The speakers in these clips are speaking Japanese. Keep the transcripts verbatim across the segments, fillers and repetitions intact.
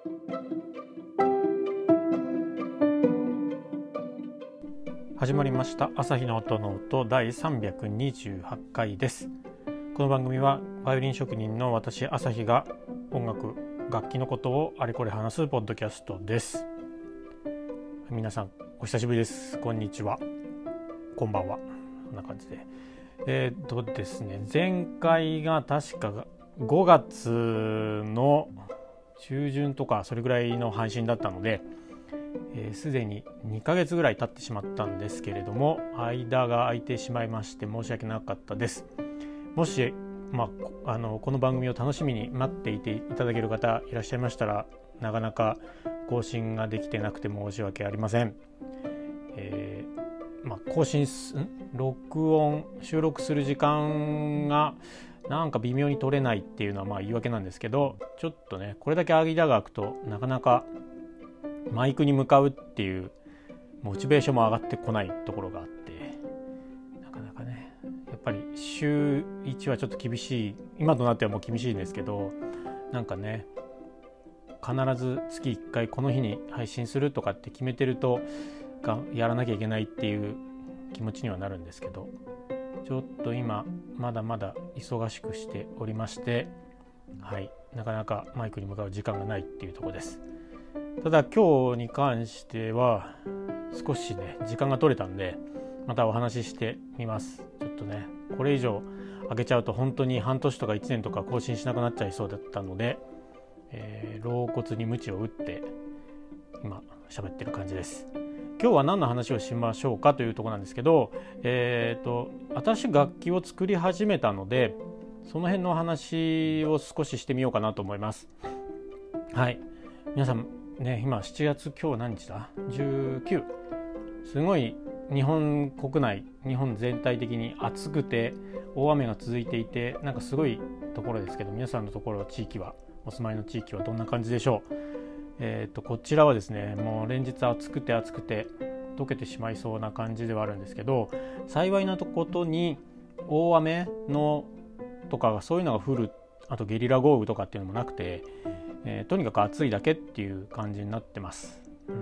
始まりました朝日の音の音だいさんびゃくにじゅうはちかいです。この番組はバイオリン職人の私朝日が音楽楽器のことをあれこれ話すポッドキャストです。皆さんお久しぶりです。こんにちは、こんばんは。こんな感じでえー、っとですね前回が確かごがつの中旬とかそれぐらいの配信だったのですで、えー、ににかげつぐらい経ってしまったんですけれども、間が空いてしまいまして申し訳なかったです。もし、まあ、あのこの番組を楽しみに待っていていただける方いらっしゃいましたら、なかなか更新ができてなくて申し訳ありません。えーまあ、更新すん録音収録する時間がなんか微妙に取れないっていうのはまあ言い訳なんですけど、ちょっとねこれだけ間が空くとなかなかマイクに向かうっていうモチベーションも上がってこないところがあって、なかなかねやっぱり週いちはちょっと厳しい、今となってはもう厳しいんですけど、なんかね必ず月いっかいこの日に配信するとかって決めてるとがやらなきゃいけないっていう気持ちにはなるんですけど、ちょっと今まだまだ忙しくしておりまして、はい、なかなかマイクに向かう時間がないっていうところです。ただ今日に関しては少しね時間が取れたんでまたお話ししてみます。ちょっとねこれ以上開けちゃうと本当に半年とかいちねんとか更新しなくなっちゃいそうだったので、えー、老骨に鞭を打って今喋ってる感じです。今日は何の話をしましょうかというところなんですけど、えーと新しい楽器を作り始めたのでその辺のお話を少ししてみようかなと思います。はい、皆さんね、今しちがつ、今日何日だじゅうく、すごい日本国内日本全体的に暑くて大雨が続いていて、なんかすごいところですけど、皆さんのところ地域はお住まいの地域はどんな感じでしょう。えーとこちらはですねもう連日暑くて暑くて溶けてしまいそうな感じではあるんですけど、幸いなことに大雨のとかそういうのが降る、あとゲリラ豪雨とかっていうのもなくて、えー、とにかく暑いだけっていう感じになってます。うん、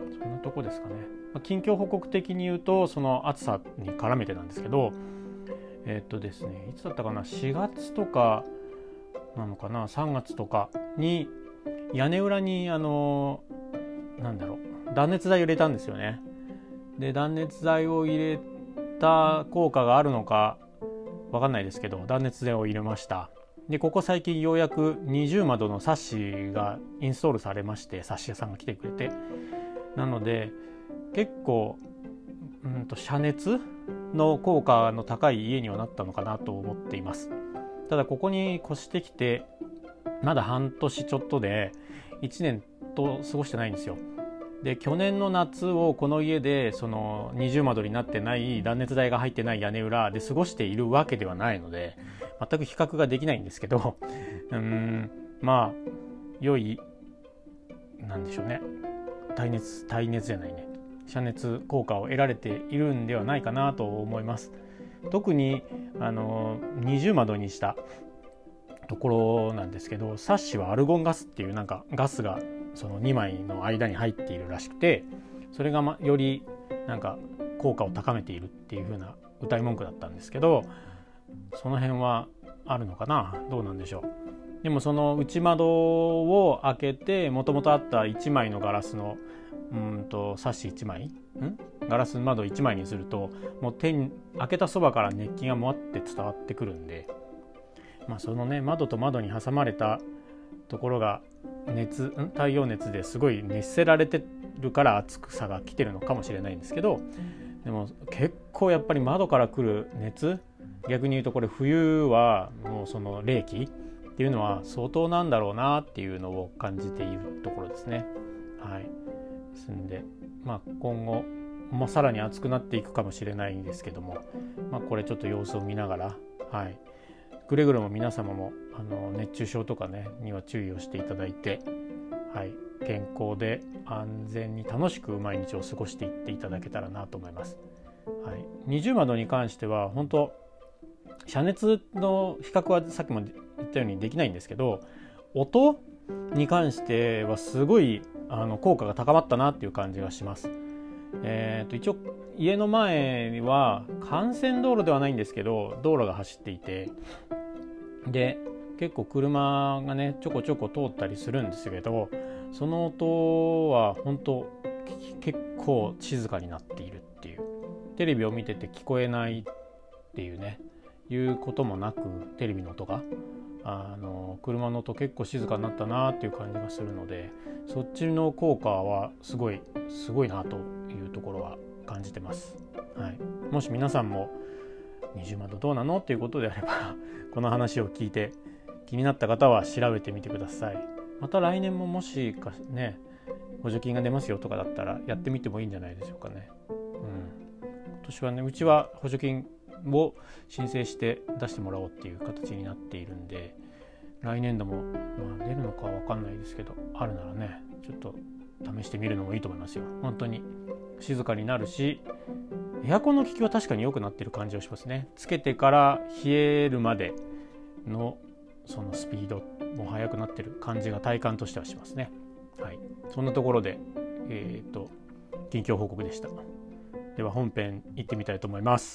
そんなとこですかね。まあ、近況報告的に言うとその暑さに絡めてなんですけど、えー、っとですねいつだったかな、しがつとかなのかな、さんがつとかに屋根裏にあのなんだろう断熱材を入れたんですよね。で断熱材を入れた効果があるのかわかんないですけど断熱材を入れました。でここ最近ようやく二重窓のサッシがインストールされまして、サッシ屋さんが来てくれて、なので結構うんと遮熱の効果の高い家にはなったのかなと思っています。ただここに越してきてまだ半年ちょっとでいちねんと過ごしてないんですよ。で去年の夏をこの家でその二重窓になってない断熱材が入ってない屋根裏で過ごしているわけではないので全く比較ができないんですけど、うーんまあ良いなんでしょうね、耐熱耐熱じゃないね遮熱効果を得られているんではないかなと思います。特にあの二重窓にしたところなんですけど、サッシはアルゴンガスっていうなんかガスがそのにまいの間に入っているらしくて、それがまよりなんか効果を高めているっていう風な謳い文句だったんですけど、その辺はあるのかな、どうなんでしょう。でもその内窓を開けてもともとあったいちまいのガラスのうんとサッシいちまいんガラス窓いちまいにするともう手に開けたそばから熱気がもわって伝わってくるんで、まあ、そのね窓と窓に挟まれたところが熱太陽熱ですごい熱せられてるから暑くさが来てるのかもしれないんですけど、でも結構やっぱり窓から来る熱、逆に言うとこれ冬はもうその冷気っていうのは相当なんだろうなっていうのを感じているところですね。はい、ですんで、まあ、今後もうさらに暑くなっていくかもしれないんですけども、まあ、これちょっと様子を見ながら、はい、くれぐれも皆様もあの熱中症とかねには注意をしていただいて、はい、健康で安全に楽しく毎日を過ごしていっていただけたらなと思います。はい、二重窓に関しては本当遮熱の比較はさっきも言ったようにできないんですけど、音に関してはすごいあの効果が高まったなっていう感じがします。えー、と一応家の前には幹線道路ではないんですけど道路が走っていて、で結構車がねちょこちょこ通ったりするんですけど、その音は本当結構静かになっているっていう、テレビを見てて聞こえないっていうねいうこともなく、テレビの音があの車の音結構静かになったなっていう感じがするので、そっちの効果はすごいすごいなというところは感じてます。はい、もし皆さんも二重窓どうなのっていうことであればこの話を聞いて気になった方は調べてみてください。また来年ももしかね補助金が出ますよとかだったらやってみてもいいんじゃないでしょうかね。うん、今年はねうちは補助金を申請して出してもらおうっていう形になっているんで、来年度も、まあ、出るのかは分かんないですけど、あるならねちょっと試してみるのもいいと思いますよ。本当に静かになるし、エアコンの効きは確かに良くなってる感じがしますね。つけてから冷えるまでのそのスピードも速くなってる感じが体感としてはしますね。はい、そんなところで、えーと、近況報告でした。では本編行ってみたいと思います。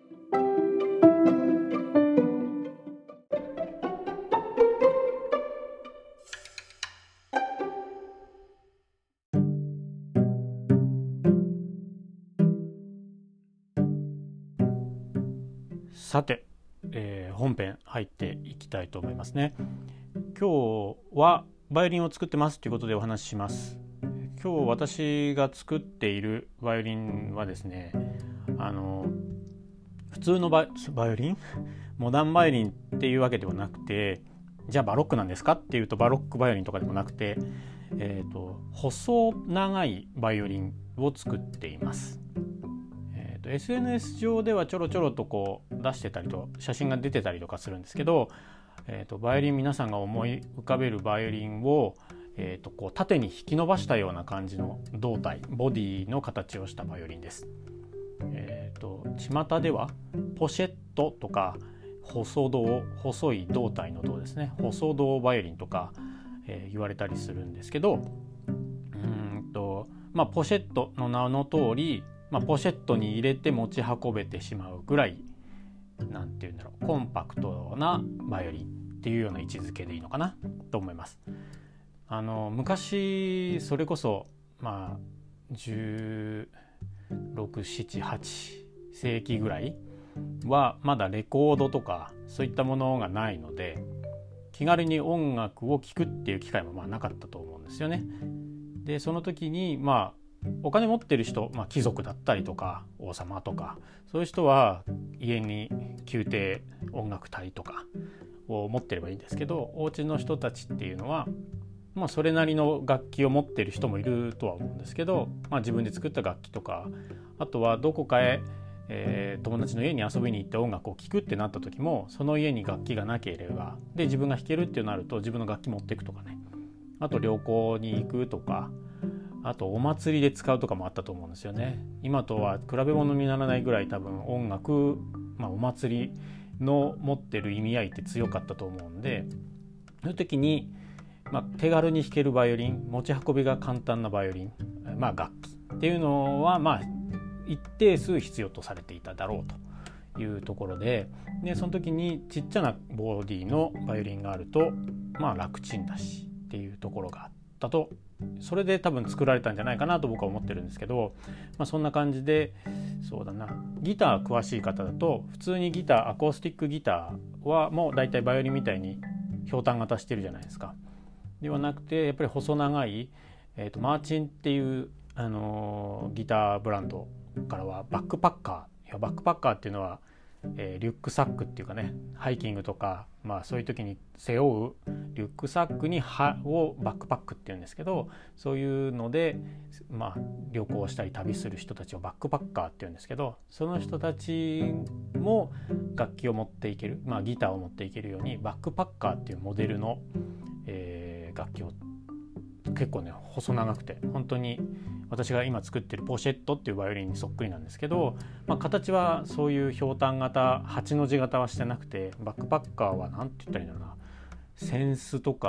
さて、えー、本編入っていきたいと思いますね。今日はバイオリンを作ってますということでお話しします。今日私が作っているバイオリンはですね、あの普通のバイ、バイオリンモダンバイオリンっていうわけではなくて、じゃあバロックなんですかっていうとバロックバイオリンとかでもなくて、えーと、細長いバイオリンを作っています。エスエヌエス 上ではちょろちょろとこう出してたりと写真が出てたりとかするんですけど、えーとバイオリン、皆さんが思い浮かべるバイオリンを、えーとこう縦に引き伸ばしたような感じの胴体ボディの形をしたバイオリンです。えーと巷ではポシェットとか細胴、細い胴体の胴ですね、細胴バイオリンとか、えー、言われたりするんですけど、うーんとまあポシェットの名の通り、まあ、ポシェットに入れて持ち運べてしまうぐらい、なんていうんだろう、コンパクトなバイオリンっていうような位置づけでいいのかなと思います。あの昔それこそまあじゅうろく、なな、はち世紀ぐらいはまだレコードとかそういったものがないので、気軽に音楽を聴くっていう機会もまあなかったと思うんですよね。でその時にまあお金持ってる人、まあ、貴族だったりとか王様とかそういう人は家に宮廷音楽隊とかを持ってればいいんですけど、お家の人たちっていうのは、まあ、それなりの楽器を持ってる人もいるとは思うんですけど、まあ、自分で作った楽器とか、あとはどこかへ、えー、友達の家に遊びに行って音楽を聴くってなった時も、その家に楽器がなければで自分が弾けるってなると自分の楽器持っていくとかね、あと旅行に行くとか、あとお祭りで使うとかもあったと思うんですよね。今とは比べ物にならないぐらい多分音楽、まあ、お祭りの持ってる意味合いって強かったと思うんで、そういう時に、まあ、手軽に弾けるバイオリン、持ち運びが簡単なバイオリン、まあ、楽器っていうのはまあ一定数必要とされていただろうというところで、でその時にちっちゃなボディのバイオリンがあるとまあ楽ちんだしっていうところがあったと、それで多分作られたんじゃないかなと僕は思ってるんですけど、まあ、そんな感じで、そうだな、ギター詳しい方だと普通にギター、アコースティックギターはもうだいたいバイオリンみたいにひょうたん型してるじゃないですか。ではなくてやっぱり細長い、えーと、マーチンっていう、あのー、ギターブランドからはバックパッカー、いやバックパッカーっていうのはえー、リュックサックっていうかね、ハイキングとか、まあ、そういう時に背負うリュックサックにはをバックパックっていうんですけど、そういうので、まあ、旅行したり旅する人たちをバックパッカーっていうんですけど、その人たちも楽器を持っていける、まあ、ギターを持っていけるようにバックパッカーっていうモデルの、えー、楽器を結構ね細長くて、本当に私が今作ってるポシェットっていうバイオリンにそっくりなんですけど、まあ、形はそういうひょうたん型、はちの字型はしてなくて、バックパッカーはなんて言ったらいいんだろうな、センスとか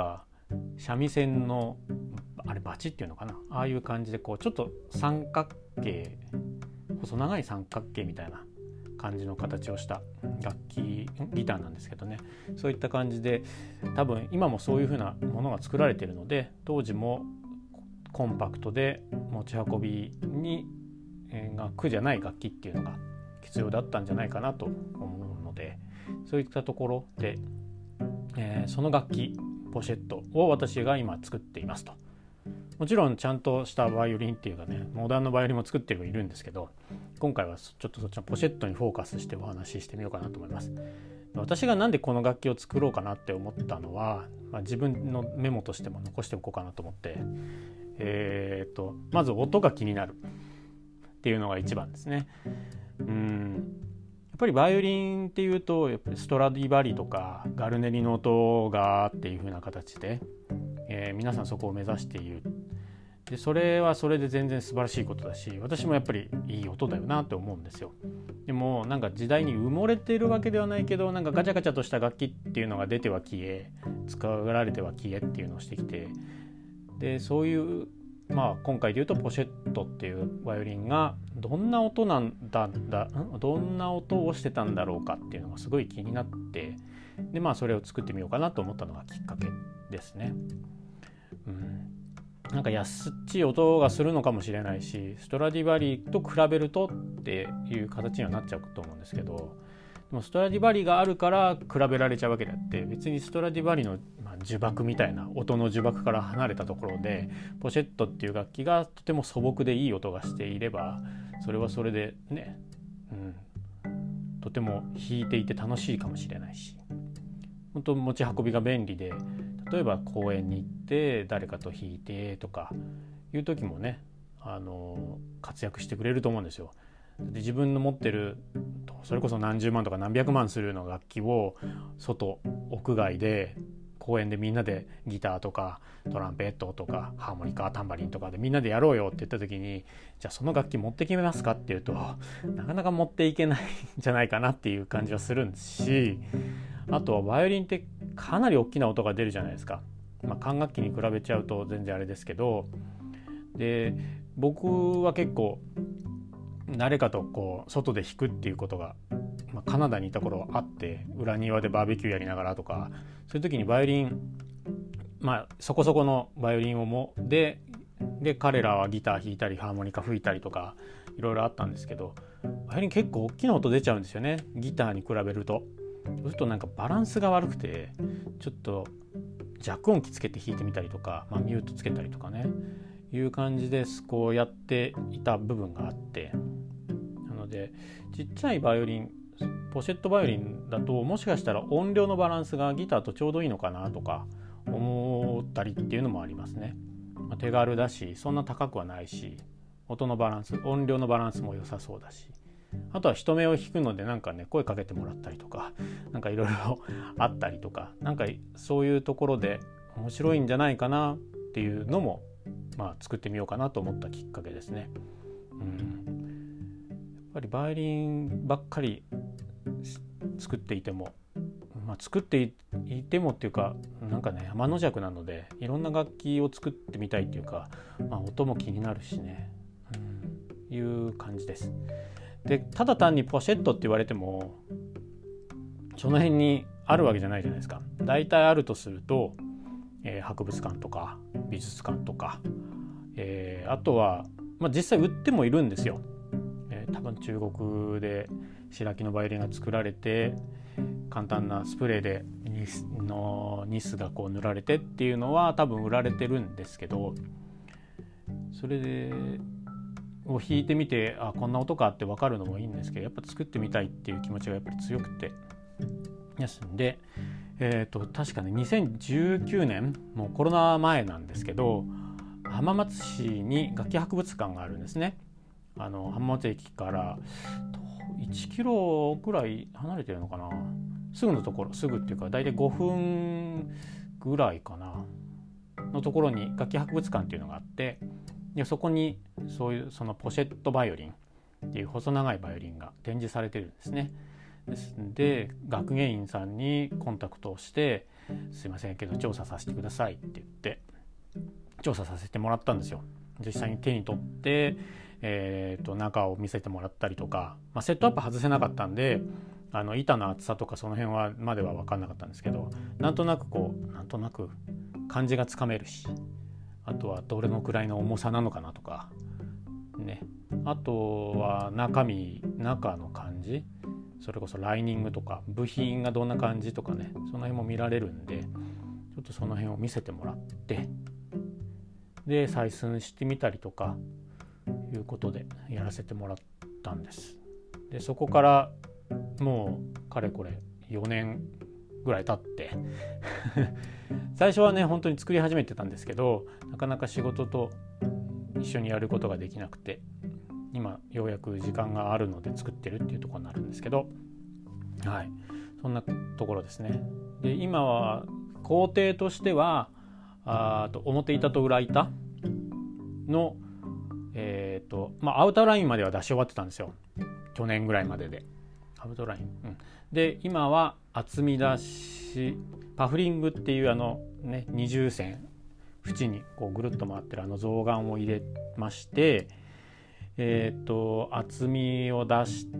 三味線のあれバチっていうのかな、ああいう感じでこうちょっと三角形、細長い三角形みたいな感じの形をした楽器ギターなんですけどね、そういった感じで多分今もそういう風なものが作られているので、当時もコンパクトで持ち運びにが苦じゃない楽器っていうのが必要だったんじゃないかなと思うので、そういったところで、えー、その楽器ポシェットを私が今作っていますと。もちろんちゃんとしたバイオリンっていうかね、モダンのバイオリンも作ってる人いるんですけど、今回はちょっとそっちのポシェットにフォーカスしてお話ししてみようかなと思います。私がなんでこの楽器を作ろうかなって思ったのは、まあ、自分のメモとしても残しておこうかなと思って、えー、とまず音が気になるっていうのが一番ですね。うーんやっぱりバイオリンっていうとやっぱりストラディバリとかガルネリの音がっていう風な形で、えー、皆さんそこを目指している。でそれはそれで全然素晴らしいことだし、私もやっぱりいい音だよなって思うんですよ。でもなんか時代に埋もれているわけではないけど、なんかガチャガチャとした楽器っていうのが出ては消え、使われては消えっていうのをしてきて、でそういうまあ今回でいうとポシェットっていうバイオリンがどんな音なんだだどんな音をしてたんだろうかっていうのがすごい気になって、でまあそれを作ってみようかなと思ったのがきっかけですね。うんなんか安っちい音がするのかもしれないし、ストラディバリと比べるとっていう形にはなっちゃうと思うんですけど、でもストラディバリがあるから比べられちゃうわけであって、別にストラディバリの呪縛みたいな音の呪縛から離れたところでポシェットっていう楽器がとても素朴でいい音がしていれば、それはそれでね、うん、とても弾いていて楽しいかもしれないし、本当持ち運びが便利で、例えば公園に行って誰かと弾いてとかいう時もね、あの活躍してくれると思うんですよ。で自分の持ってるそれこそ何十万とか何百万するような楽器を外屋外で公園でみんなでギターとかトランペットとかハーモニカタンバリンとかでみんなでやろうよって言った時に、じゃあその楽器持ってきますかっていうとなかなか持っていけないんじゃないかなっていう感じはするんですし、あとはバイオリンってかなり大きな音が出るじゃないですか。まあ、管楽器に比べちゃうと全然あれですけど、で僕は結構誰かとこう外で弾くっていうことが、まあ、カナダにいた頃あって、裏庭でバーベキューやりながらとか、そういう時にバイオリン、まあそこそこのバイオリンをもでで彼らはギター弾いたりハーモニカ吹いたりとかいろいろあったんですけど、バイオリン結構大きな音出ちゃうんですよね、ギターに比べると。そうするとなんかバランスが悪くて、ちょっと弱音機つけて弾いてみたりとか、まあ、ミュートつけたりとかね、いう感じでこうやっていた部分があって、なのでちっちゃいバイオリン、ポシェットバイオリンだともしかしたら音量のバランスがギターとちょうどいいのかなとか思ったりっていうのもありますね。まあ、手軽だしそんな高くはないし、音のバランス、音量のバランスも良さそうだし、あとは人目を引くのでなんかね声かけてもらったりとか、なんかいろいろあったりとか、なんかそういうところで面白いんじゃないかなっていうのも、まあ作ってみようかなと思ったきっかけですね。うん、やっぱりバイオリンばっかり作っていても、まあ、作っていてもっていうかなんかね天の弱なので、いろんな楽器を作ってみたいっていうか、まあ、音も気になるしね、うん、いう感じです。でただ単にポシェットって言われてもその辺にあるわけじゃないじゃないですか。だいたいあるとすると、えー、博物館とか美術館とか、えー、あとは、まあ、実際売ってもいるんですよ。えー、多分中国で白木のバイオリンが作られて、簡単なスプレーでニスのニスがこう塗られてっていうのは多分売られてるんですけど、それでを弾いてみて、あこんな音かって分かるのもいいんですけど、やっぱ作ってみたいっていう気持ちがやっぱり強くてですんで、えーと確かねにせんじゅうきゅうねん、もうコロナ前なんですけど、浜松市に楽器博物館があるんですね。あの浜松駅からいちキロくらい離れてるのかな、すぐのところ、すぐっていうかだいたいごふんぐらいかなのところに楽器博物館っていうのがあって、でそこにそういうそのポシェットバイオリンっていう細長いバイオリンが展示されてるんですね。ですので学芸員さんにコンタクトをして、 すいませんけど調査させてくださいって言って調査させてもらったんですよ。実際に手に取って、えー、と中を見せてもらったりとか、まあ、セットアップ外せなかったんであの板の厚さとかその辺はまでは分かんなかったんですけど、なんとなくこうなんとなく感じがつかめるし、あとはどれのくらいの重さなのかなとかね、あとは中身中の感じ、それこそライニングとか部品がどんな感じとかね、その辺も見られるんで、ちょっとその辺を見せてもらってで採寸してみたりとかいうことでやらせてもらったんです。でそこからもうかれこれよねんぐらい経って最初はね本当に作り始めてたんですけど、なかなか仕事と一緒にやることができなくて、今ようやく時間があるので作ってるっていうところになるんですけど、はい、そんなところですね。で今は工程としてはあと表板と裏板の、えーとまあ、アウターラインまでは出し終わってたんですよ、去年ぐらいまでで。アウトライン、うん、で今は厚み出しパフリングっていうあの、ね、二重線縁にこうぐるっと回ってるあの象眼を入れまして、えーと厚みを出して、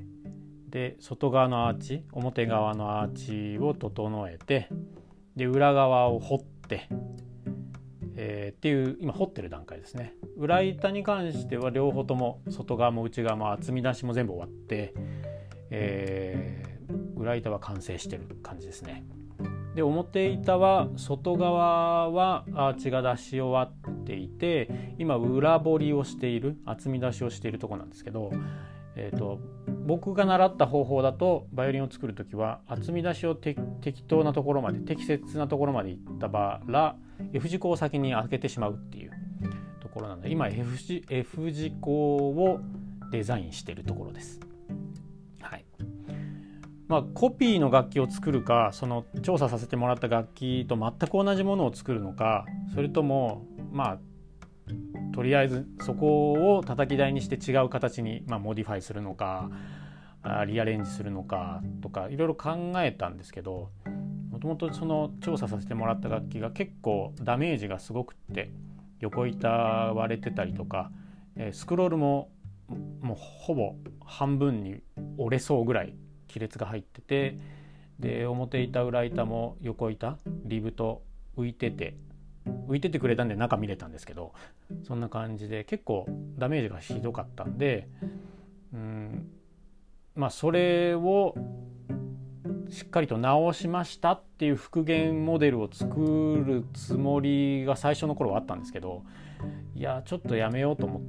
で外側のアーチ表側のアーチを整えて、で裏側を彫って、えー、っていう今彫ってる段階ですね。裏板に関しては両方とも外側も内側も厚み出しも全部終わって、えー、裏板は完成してる感じですね。で表板は外側はアーチが出し終わっていて、今裏彫りをしている厚み出しをしているところなんですけど、えーと、僕が習った方法だとバイオリンを作るときは厚み出しをて適当なところまで適切なところまでいった場ら F 字工を先に開けてしまうっていうところなので、今 F 字、F 字工をデザインしているところです。はい。まあ、コピーの楽器を作るか、その調査させてもらった楽器と全く同じものを作るのか、それともまあとりあえずそこを叩き台にして違う形に、まあ、モディファイするのかリアレンジするのかとかいろいろ考えたんですけど、もともとその調査させてもらった楽器が結構ダメージがすごくって横板割れてたりとか、スクロールももうほぼ半分に折れそうぐらい亀裂が入ってて、で表板裏板も横板リブと浮いてて浮いててくれたんで中見れたんですけど、そんな感じで結構ダメージがひどかったんで、うーんまあそれをしっかりと直しましたっていう復元モデルを作るつもりが最初の頃はあったんですけど、いやちょっとやめようと思って、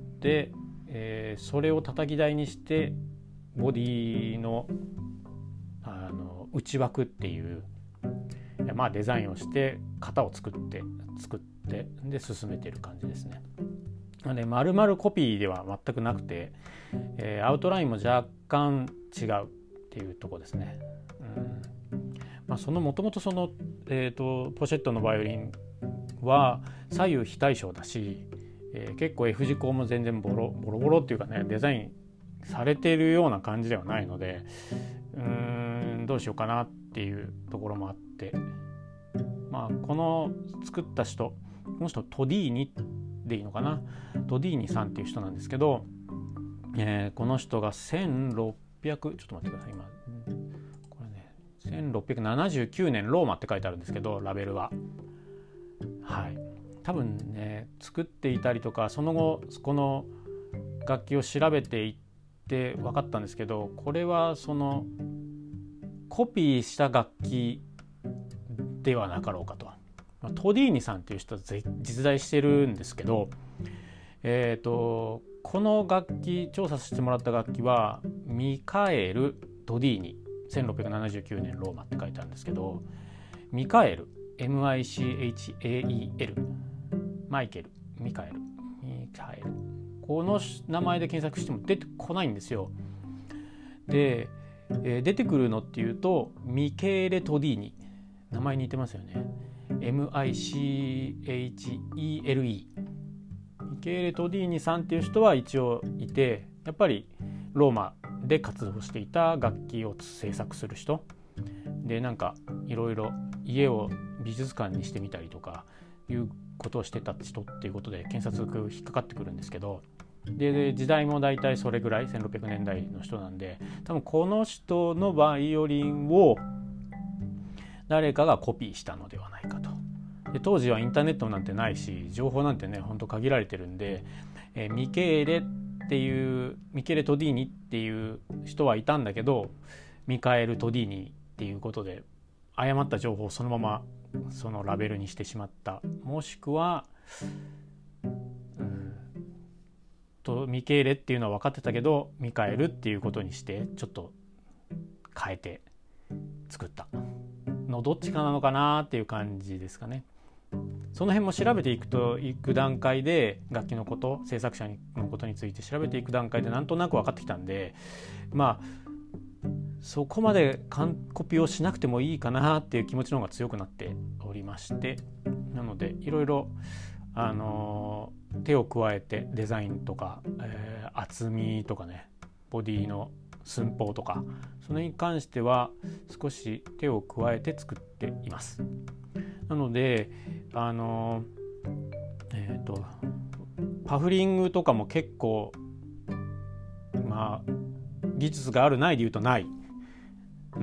えー、それを叩き台にしてボディのあの内枠っていうまあデザインをして型を作って作ってで進めている感じですね。で丸々コピーでは全くなくて、えー、アウトラインも若干違うっていうところですね。うんまあ、そのもともとその、えーと、ポシェットのバイオリンは左右非対称だし、えー、結構 F 字工も全然ボロボロボロっていうかねデザインされているような感じではないので、うーんどうしようかなっていうところもあって、まあこの作った人この人トディーニでいいのかな、トディーニさんっていう人なんですけど、えー、この人がせんろっぴゃくちょっと待ってください今これねせんろっぴゃくななじゅうきゅうねんローマって書いてあるんですけどラベルははい多分ね作っていたりとかその後この楽器を調べていって分かったんですけど、これはそのコピーした楽器ではなかろうかと。トディーニさんっていう人は実在してるんですけど、えーと、この楽器調査してもらった楽器はミカエル・トディーニせんろっぴゃくななじゅうきゅうねんローマって書いてあるんですけど、ミカエル エムアイシーエイチエーイーエル マイケルミカエルミカエルこの名前で検索しても出てこないんですよ。で、えー、出てくるのっていうとミケーレ・トディーニ、名前似てますよね。 エムアイシーエイチイーエルイー ミケーレ・トディーニさんっていう人は一応いて、やっぱりローマで活動していた楽器を制作する人で、なんかいろいろ家を美術館にしてみたりとかいうことをしてた人っていうことで検察引っかかってくるんですけど、で時代も大体それぐらいせんろっぴゃくねんだいの人なんで、多分この人のバイオリンを誰かがコピーしたのではないかと。で当時はインターネットなんてないし情報なんてねほんと限られてるんで、えー、ミケーレっていうミケーレ・トディーニっていう人はいたんだけど、ミカエル・トディーニっていうことで誤った情報をそのままそのラベルにしてしまった、もしくは、うん、とミケーレっていうのは分かってたけどミカエルっていうことにしてちょっと変えて作ったのどっちかなのかなっていう感じですかね。その辺も調べていくといく段階で楽器のこと、制作者のことについて調べていく段階でなんとなく分かってきたんで、まあそこまで完コピをしなくてもいいかなっていう気持ちの方が強くなっておりまして、なのでいろいろあの手を加えてデザインとか、えー、厚みとかね、ボディの寸法とかそれに関しては少し手を加えて作っています。なのであのえっとパフリングとかも結構まあ技術があるないで言うとない、うん、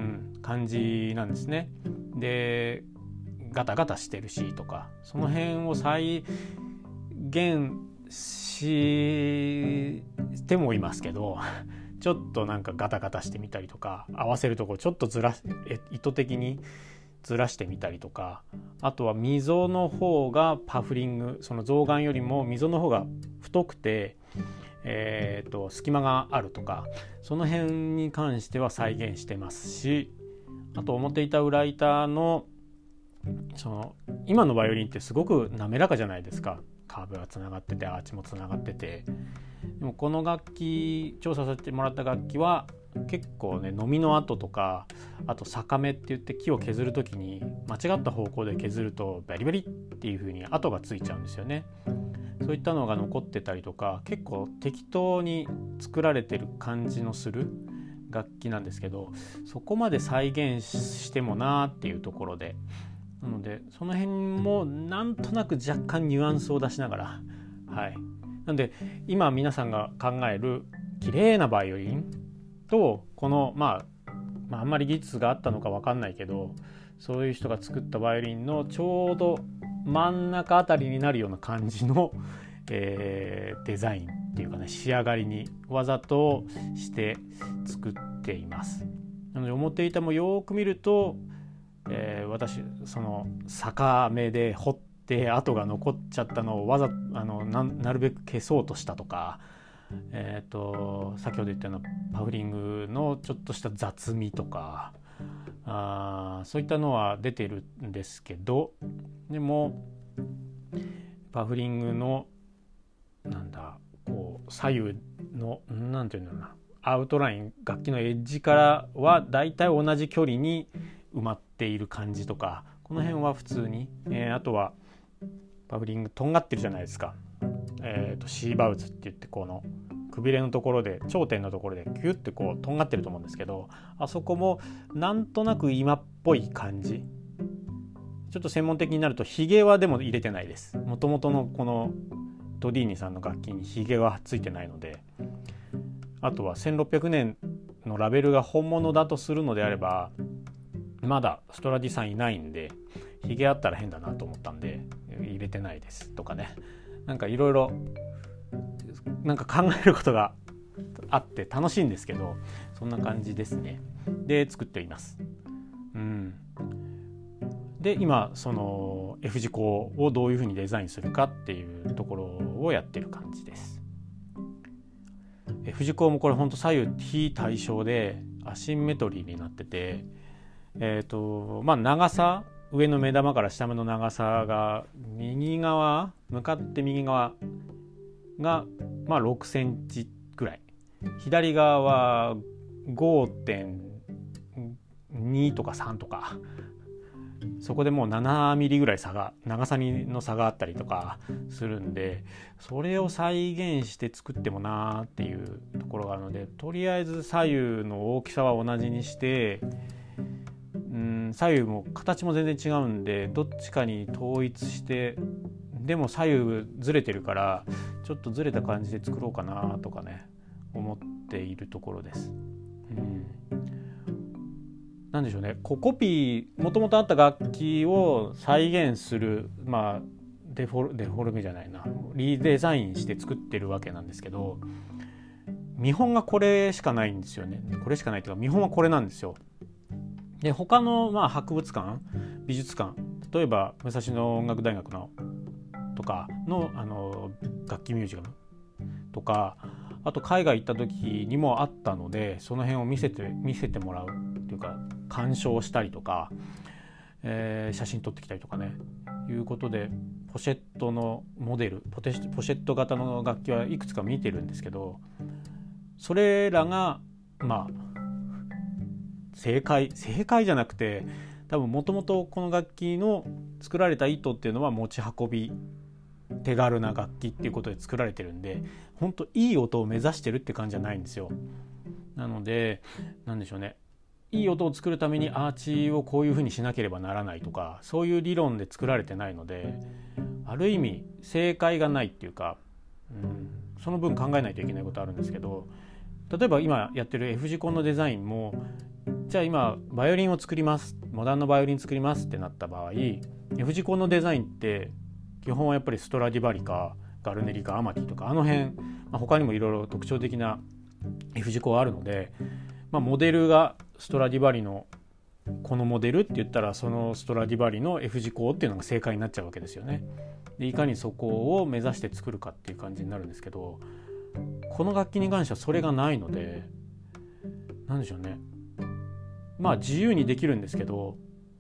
感じなんですね。でガタガタしてるしとかその辺を再現してもいますけどちょっとなんかガタガタしてみたりとか合わせるところちょっとずら意図的にずらしてみたりとか、あとは溝の方がパフリング、その象眼よりも溝の方が太くてえー、と隙間があるとかその辺に関しては再現してますし、あと表板裏板のその今のバイオリンってすごく滑らかじゃないですか。カーブがつながっててアーチもつながってて、でもこの楽器調査させてもらった楽器は結構ね、飲みの跡とかあと逆目って言って木を削るときに間違った方向で削るとバリバリっていう風に跡がついちゃうんですよね。そういったのが残ってたりとか結構適当に作られてる感じのする楽器なんですけど、そこまで再現してもなーっていうところで、なのでその辺もなんとなく若干ニュアンスを出しながら、はい、なので今皆さんが考える綺麗なバイオリンとこの、まあ、まああんまり技術があったのか分かんないけどそういう人が作ったバイオリンのちょうど真ん中あたりになるような感じの、えー、デザインっていうかね、仕上がりにわざとして作っています。なので表板もよく見ると、えー、私その逆目で彫って跡が残っちゃったのをわざあの な, なるべく消そうとしたとか、えー、と先ほど言ったようなパフリングのちょっとした雑味とかあそういったのは出てるんですけど、でもパフリングのなんだこう左右のなんていうんだろうな、アウトライン楽器のエッジからはだいたい同じ距離に埋まっている感じとか、この辺は普通に、えー、あとはパフリングとんがってるじゃないですか。えー、とシーバウズって言ってこのくびれのところで頂点のところでキュッてこうとんがってると思うんですけど、あそこもなんとなく今っぽい感じ。ちょっと専門的になるとヒゲはでも入れてないです。もともとのこのトディーニさんの楽器にヒゲはついてないので、あとはせんろっぴゃくねんのラベルが本物だとするのであればまだストラディさんいないんでヒゲあったら変だなと思ったんで入れてないですとかね、なんかいろいろなんか考えることがあって楽しいんですけど、そんな感じですね。で作っています。うん、で今その F 字工をどういうふうにデザインするかっていうところをやってる感じです。F 字工もこれほんと左右非対称でアシンメトリーになってて、えっとまあ長さ、上の目玉から下目の長さが右側向かって右側がまあろくセンチぐらい、左側は ごてんに とかさんとか、そこでもうななミリぐらい差が長さの差があったりとかするんで、それを再現して作ってもなーっていうところがあるので、とりあえず左右の大きさは同じにしてん左右も形も全然違うんで、どっちかに統一してでも左右ずれてるからちょっとずれた感じで作ろうかなとかね思っているところです。うん、なんでしょうね、こうコピーもともとあった楽器を再現する、まあデフォルデフォルメじゃないなリデザインして作ってるわけなんですけど、見本がこれしかないんですよね。これしかないというか見本はこれなんですよ。で他のまあ博物館美術館、例えば武蔵野音楽大学のとかの、あの楽器ミュージアムとか、あと海外行った時にもあったので、その辺を見せて見せてもらうというか鑑賞したりとか、えー、写真撮ってきたりとかねいうことで、ポシェットのモデルポテポシェット型の楽器はいくつか見てるんですけど、それらがまあ正解正解じゃなくて、多分もともとこの楽器の作られた意図っていうのは持ち運び手軽な楽器っていうことで作られてるんで、本当いい音を目指してるって感じじゃないんですよ。なのでなんでしょうね、いい音を作るためにアーチをこういう風にしなければならないとか、そういう理論で作られてないので、ある意味正解がないっていうか、うん、その分考えないといけないことあるんですけど、例えば今やってる F 字コンのデザインも、じゃあ今バイオリンを作ります、モダンのバイオリン作りますってなった場合、 F 字コンのデザインって基本はやっぱりストラディバリかガルネリかアマティとか、あの辺、まあ、他にもいろいろ特徴的な F 字工あるので、まあ、モデルがストラディバリのこのモデルって言ったら、そのストラディバリの F 字工っていうのが正解になっちゃうわけですよね。でいかにそこを目指して作るかっていう感じになるんですけど、この楽器に関してはそれがないので、なんでしょうね、まあ自由にできるんですけど、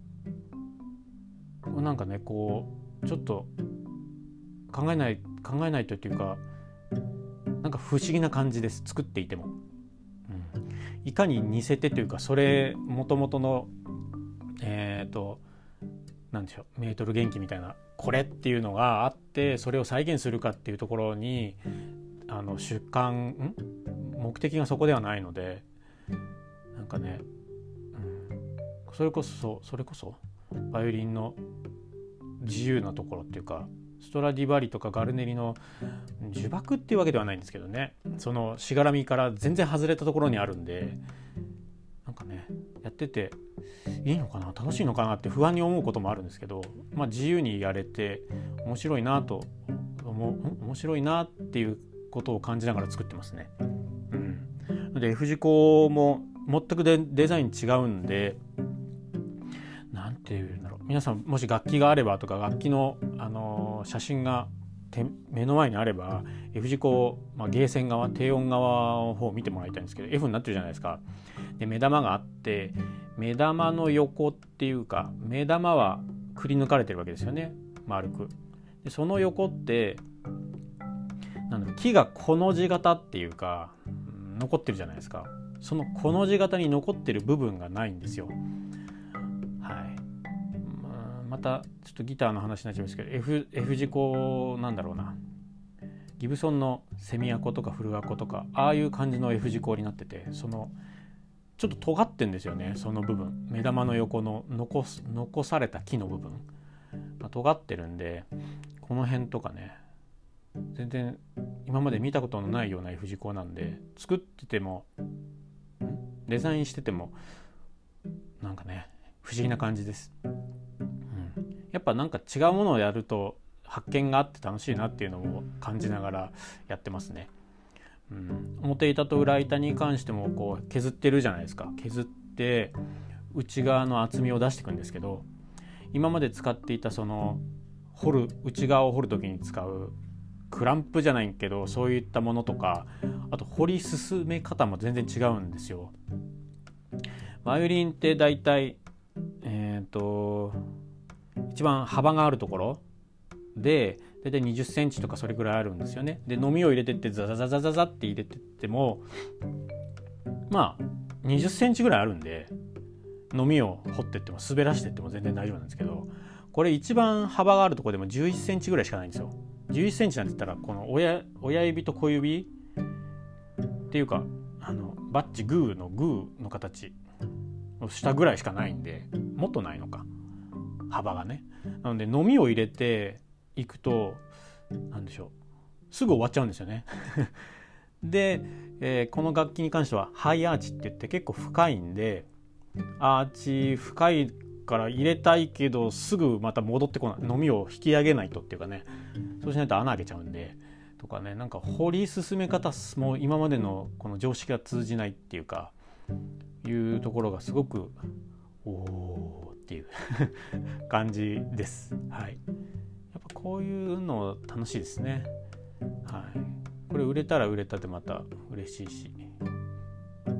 なんかねこうちょっと考えない考えないとっていうか、なんか不思議な感じです、作っていても。うん、いかに似せてというか、それ元々のえっとなんでしょう、メートル元気みたいなこれっていうのがあって、それを再現するかっていうところに、あの主観ん目的がそこではないので、なんかね、うん、それこそそれこそバイオリンの自由なところっていうか、ストラディバリとかガルネリの呪縛っていうわけではないんですけどね、そのしがらみから全然外れたところにあるんで、なんかねやってていいのかな、楽しいのかなって不安に思うこともあるんですけど、まあ自由にやれて面白いなと思う面白いなっていうことを感じながら作ってますね。うん、で F 字工も全くでデザイン違うんで、なんていうんだろう、皆さんもし楽器があればとか、楽器の、あのー、写真が手目の前にあれば F 字工、まあ、ゲーセン側低音側の方を見てもらいたいんですけど、 F になってるじゃないですか。で目玉があって、目玉の横っていうか目玉はくり抜かれてるわけですよね、丸く。でその横ってなんだろう、木がコの字型っていうか残ってるじゃないですか。そのコの字型に残ってる部分がないんですよ。はい、まあ、またちょっとギターの話になっちゃいますけど、 F, F 字工なんだろうな、ギブソンのセミアコとかフルアコとか、ああいう感じの F 字工になってて、そのちょっと尖ってんですよね、その部分。目玉の横の残す残された木の部分が尖ってるんで、この辺とかね全然今まで見たことのないような F 字工なんで、作っててもデザインしててもなんかね不思議な感じです。うん、やっぱなんか違うものをやると発見があって楽しいなっていうのを感じながらやってますね。うん、表板と裏板に関してもこう削ってるじゃないですか。削って内側の厚みを出していくんですけど、今まで使っていたその掘る内側を掘るときに使うクランプじゃないけど、そういったものとか、あと掘り進め方も全然違うんですよ。バイオリンってだいたいえっと一番幅があるところでだいたいにじゅっセンチとかそれぐらいあるんですよね。でのみを入れてってザザザザザザって入れてってもまあにじゅっセンチぐらいあるんで、のみを掘ってっても滑らしてっても全然大丈夫なんですけど、これ一番幅があるところでもじゅういっセンチぐらいしかないんですよ。じゅういっセンチなんて言ったらこの 親, 親指と小指っていうか、あのバッチグーのグーの形下ぐらいしかないんで、もっとないのか、幅がね。なのでのみを入れていくとなんでしょう、すぐ終わっちゃうんですよねで、えー、この楽器に関してはハイアーチって言って結構深いんで、アーチ深いから入れたいけどすぐまた戻ってこない、のみを引き上げないとっていうかね、そうしないと穴開けちゃうんでとかね、なんか掘り進め方もう今までのこの常識が通じないっていうかいうところがすごくおーっていう感じです。はい。やっぱこういうの楽しいですね。はい。これ売れたら売れたでまた嬉しいし、うん、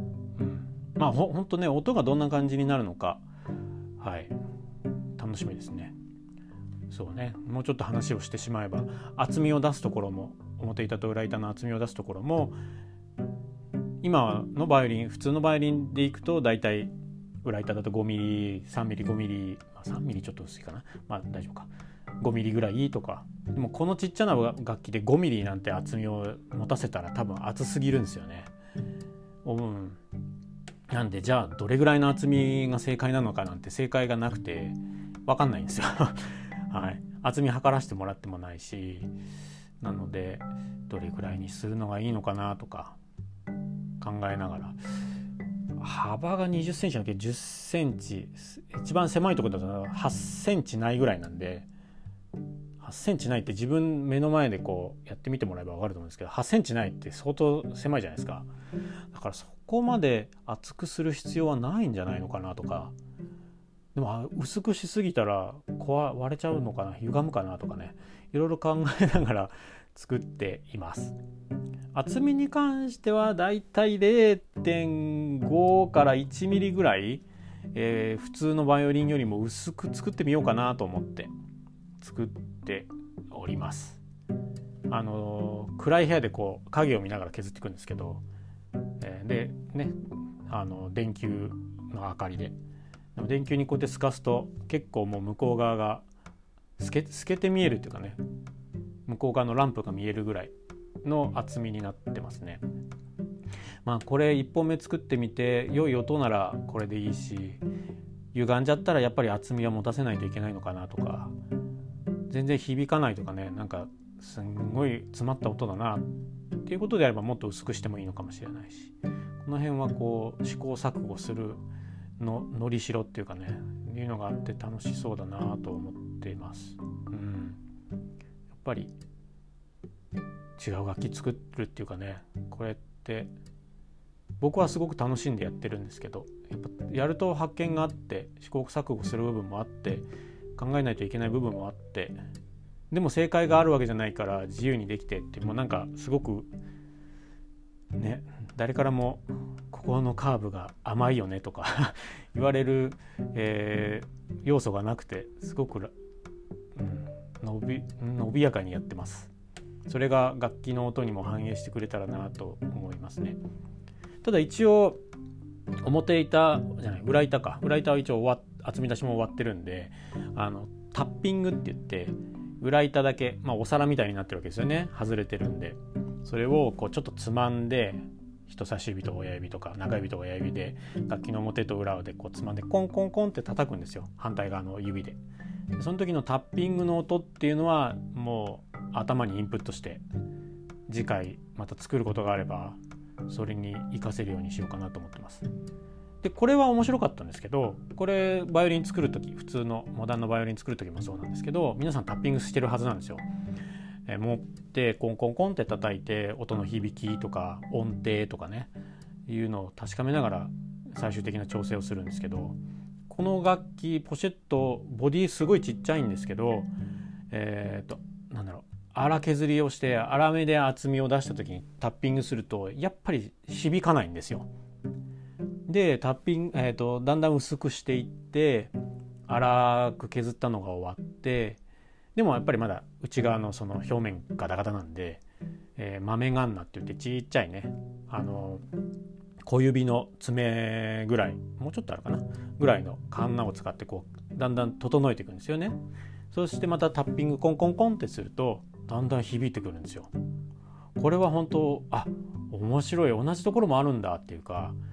まあほほんとね、音がどんな感じになるのか、はい、楽しみですね。そうね、もうちょっと話をしてしまえば、厚みを出すところも、表板と裏板の厚みを出すところも、今のバイオリン、普通のバイオリンでいくとだいたい裏板だとごミリ、さんミリ、ごミリ、さんミリちょっと薄いかな、まあ大丈夫か、ごミリぐらいとか。でもこのちっちゃな楽器でごミリなんて厚みを持たせたら多分厚すぎるんですよね。うん、なんでじゃあどれぐらいの厚みが正解なのかなんて正解がなくて分かんないんですよはい、厚み測らせてもらってもないし、なのでどれぐらいにするのがいいのかなとか考えながら、幅がにじゅっセンチなのけじゅっセンチ、一番狭いところだとはちセンチないぐらいなんで、はちセンチないって自分目の前でこうやってみてもらえば分かると思うんですけど、はちセンチないって相当狭いじゃないですか。だからそこまで厚くする必要はないんじゃないのかなとか、でも薄くしすぎたら壊割れちゃうのかな、歪むかなとかね、いろいろ考えながら作っています。厚みに関してはだいたい れいてんご からいちミリぐらい、えー、普通のバイオリンよりも薄く作ってみようかなと思って作っております。あのー、暗い部屋でこう影を見ながら削っていくんですけど、えー、でね、あの電球の明かりで、でも電球にこうやって透かすと結構もう向こう側が透け、透けて見えるっていうかね、向こう側のランプが見えるぐらいの厚みになってますね。まあこれいっぽんめ作ってみて良い音ならこれでいいし、歪んじゃったらやっぱり厚みは持たせないといけないのかなとか、全然響かないとかね、なんかすんごい詰まった音だなっていうことであればもっと薄くしてもいいのかもしれないし、この辺はこう試行錯誤するののりしろっていうかね、いうのがあって楽しそうだなと思っています。うん、やっぱり違う楽器作るっていうかね、これって僕はすごく楽しんでやってるんですけど、やっぱやると発見があって試行錯誤する部分もあって考えないといけない部分もあって、でも正解があるわけじゃないから自由にできてって、もうなんかすごくね、誰からもここのカーブが甘いよねとか言われる、えー、要素がなくてすごく、うん、伸び、伸びやかにやってます。それが楽器の音にも反映してくれたらなと思いますね。ただ一応表板じゃない裏板か裏板は一応終わ厚み出しも終わってるんで、あのタッピングって言って裏板だけ、まあ、お皿みたいになってるわけですよね、外れてるんで。それをこうちょっとつまんで、人差し指と親指とか中指と親指で楽器の表と裏でこうつまんでコンコンコンって叩くんですよ、反対側の指で。その時のタッピングの音っていうのはもう頭にインプットして、次回また作ることがあればそれに活かせるようにしようかなと思ってます。でこれは面白かったんですけど、これバイオリン作る時、普通のモダンのバイオリン作る時もそうなんですけど、皆さんタッピングしてるはずなんですよ。え持ってコンコンコンって叩いて音の響きとか音程とかねいうのを確かめながら最終的な調整をするんですけど、この楽器ポシェットボディすごいちっちゃいんですけど、えー、となんだろう粗削りをして粗めで厚みを出した時にタッピングするとやっぱり響かないんですよ。でタッピング、えー、とだんだん薄くしていって粗く削ったのが終わって、でもやっぱりまだ内側のその表面ガタガタなんで、えー、豆ガンナって言ってちっちゃいね、あの小指の爪ぐらい、もうちょっとあるかなぐらいのカンナを使ってこうだんだん整えていくんですよね。そしてまたタッピングコンコンコンってするとだんだん響いてくるんですよ。これは本当あ面白い、同じところもあるんだっていうか、やっ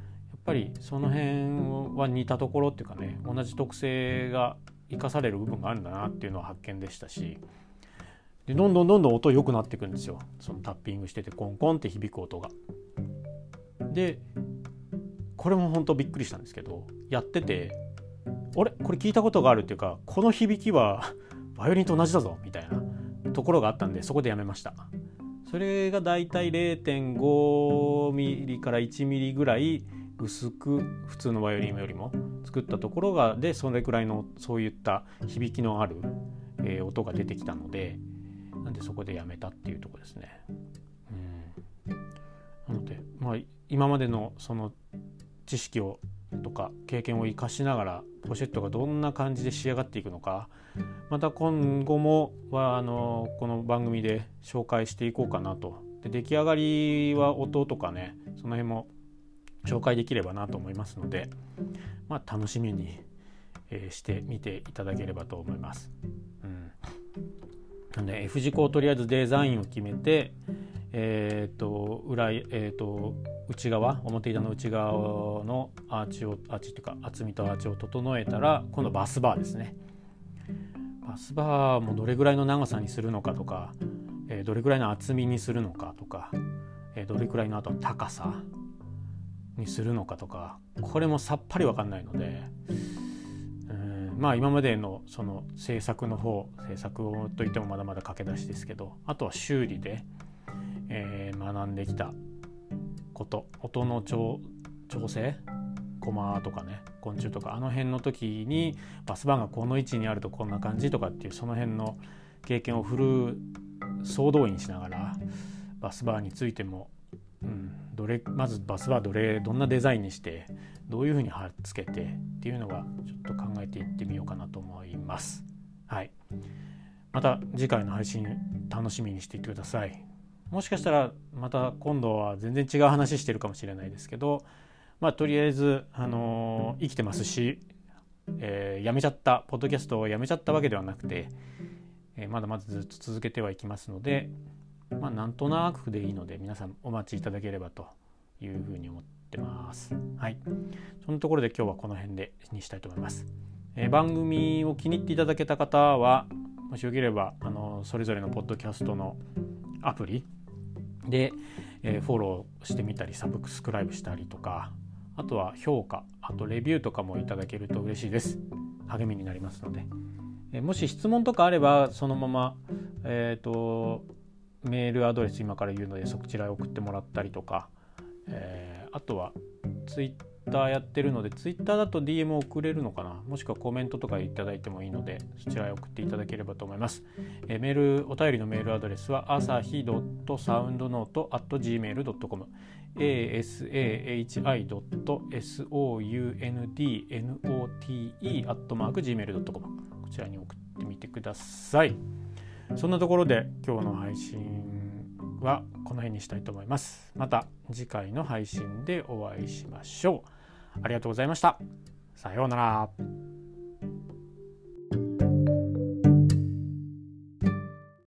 ぱりその辺は似たところっていうかね、同じ特性が生かされる部分があるんだなっていうのは発見でしたし、でどんどんどんどん音良くなっていくんですよ。そのタッピングしててコンコンって響く音が。でこれも本当びっくりしたんですけど、やっててあれこれ聞いたことがあるっていうか、この響きはバイオリンと同じだぞみたいなところがあったんで、そこでやめました。それがだいたい れいてんごミリからいちミリぐらい薄く普通のバイオリンよりも作ったところがで、それくらいのそういった響きのある、えー、音が出てきたので、なんでそこでやめたっていうところですね。うん、なので、まあ、今までのその知識をとか経験を生かしながらポシェットがどんな感じで仕上がっていくのか、また今後もはあのこの番組で紹介していこうかなと。で出来上がりは音とかね、その辺も紹介できればなと思いますので、まあ、楽しみに、えー、してみていただければと思います。うん、なので F 字工をとりあえずデザインを決めて、えー、と裏、えー、と内側表板の内側のアーチをアーチというか厚みとアーチを整えたら、今度バスバーですね。バスバーもどれぐらいの長さにするのかとか、えー、どれぐらいの厚みにするのかとか、えー、どれくらいのあとは高さにするのかとか、これもさっぱり分かんないので、うんまあ今までのその制作の方制作といってもまだまだ駆け出しですけど、あとは修理で、えー、学んできたこと、音の調調整、コマとかね、昆虫とかあの辺の時にバスバーがこの位置にあるとこんな感じとかっていう、その辺の経験をフル総動員しながらバスバーについても、うん、どれまずバスバーどれどんなデザインにしてどういう風に貼っつけてっていうのがちょっと考えていってみようかなと思います。はい、また次回の配信楽しみにしていてください。もしかしたらまた今度は全然違う話してるかもしれないですけど、まあとりあえず、あのー、生きてますし、えー、やめちゃったポッドキャストをやめちゃったわけではなくて、えー、まだまだずっと続けてはいきますので、まあなんとなくでいいので皆さんお待ちいただければというふうに思ってます。はい、そのところで今日はこの辺でにしたいと思います。えー、番組を気に入っていただけた方はもしよければあのそれぞれのポッドキャストのアプリで、えー、フォローしてみたりサブスクライブしたりとか、あとは評価、あとレビューとかもいただけると嬉しいです。励みになりますので、えー、もし質問とかあればそのまま、えーと、メールアドレス今から言うのでそちらへ送ってもらったりとか、えー、あとはツイッターやってるのでツイッターだと ディーエム 送れるのかな、もしくはコメントとかいただいてもいいのでそちらへ送っていただければと思います。えー、メールお便りのメールアドレスは アサヒドットサウンドノートアットジーメールドットコム エーエスエーエイチアイドットソウンドノート アットマークジーメールドットコム こちらに送ってみてください。そんなところで今日の配信はこの辺にしたいと思います。また次回の配信でお会いしましょう。ありがとうございました。さようなら。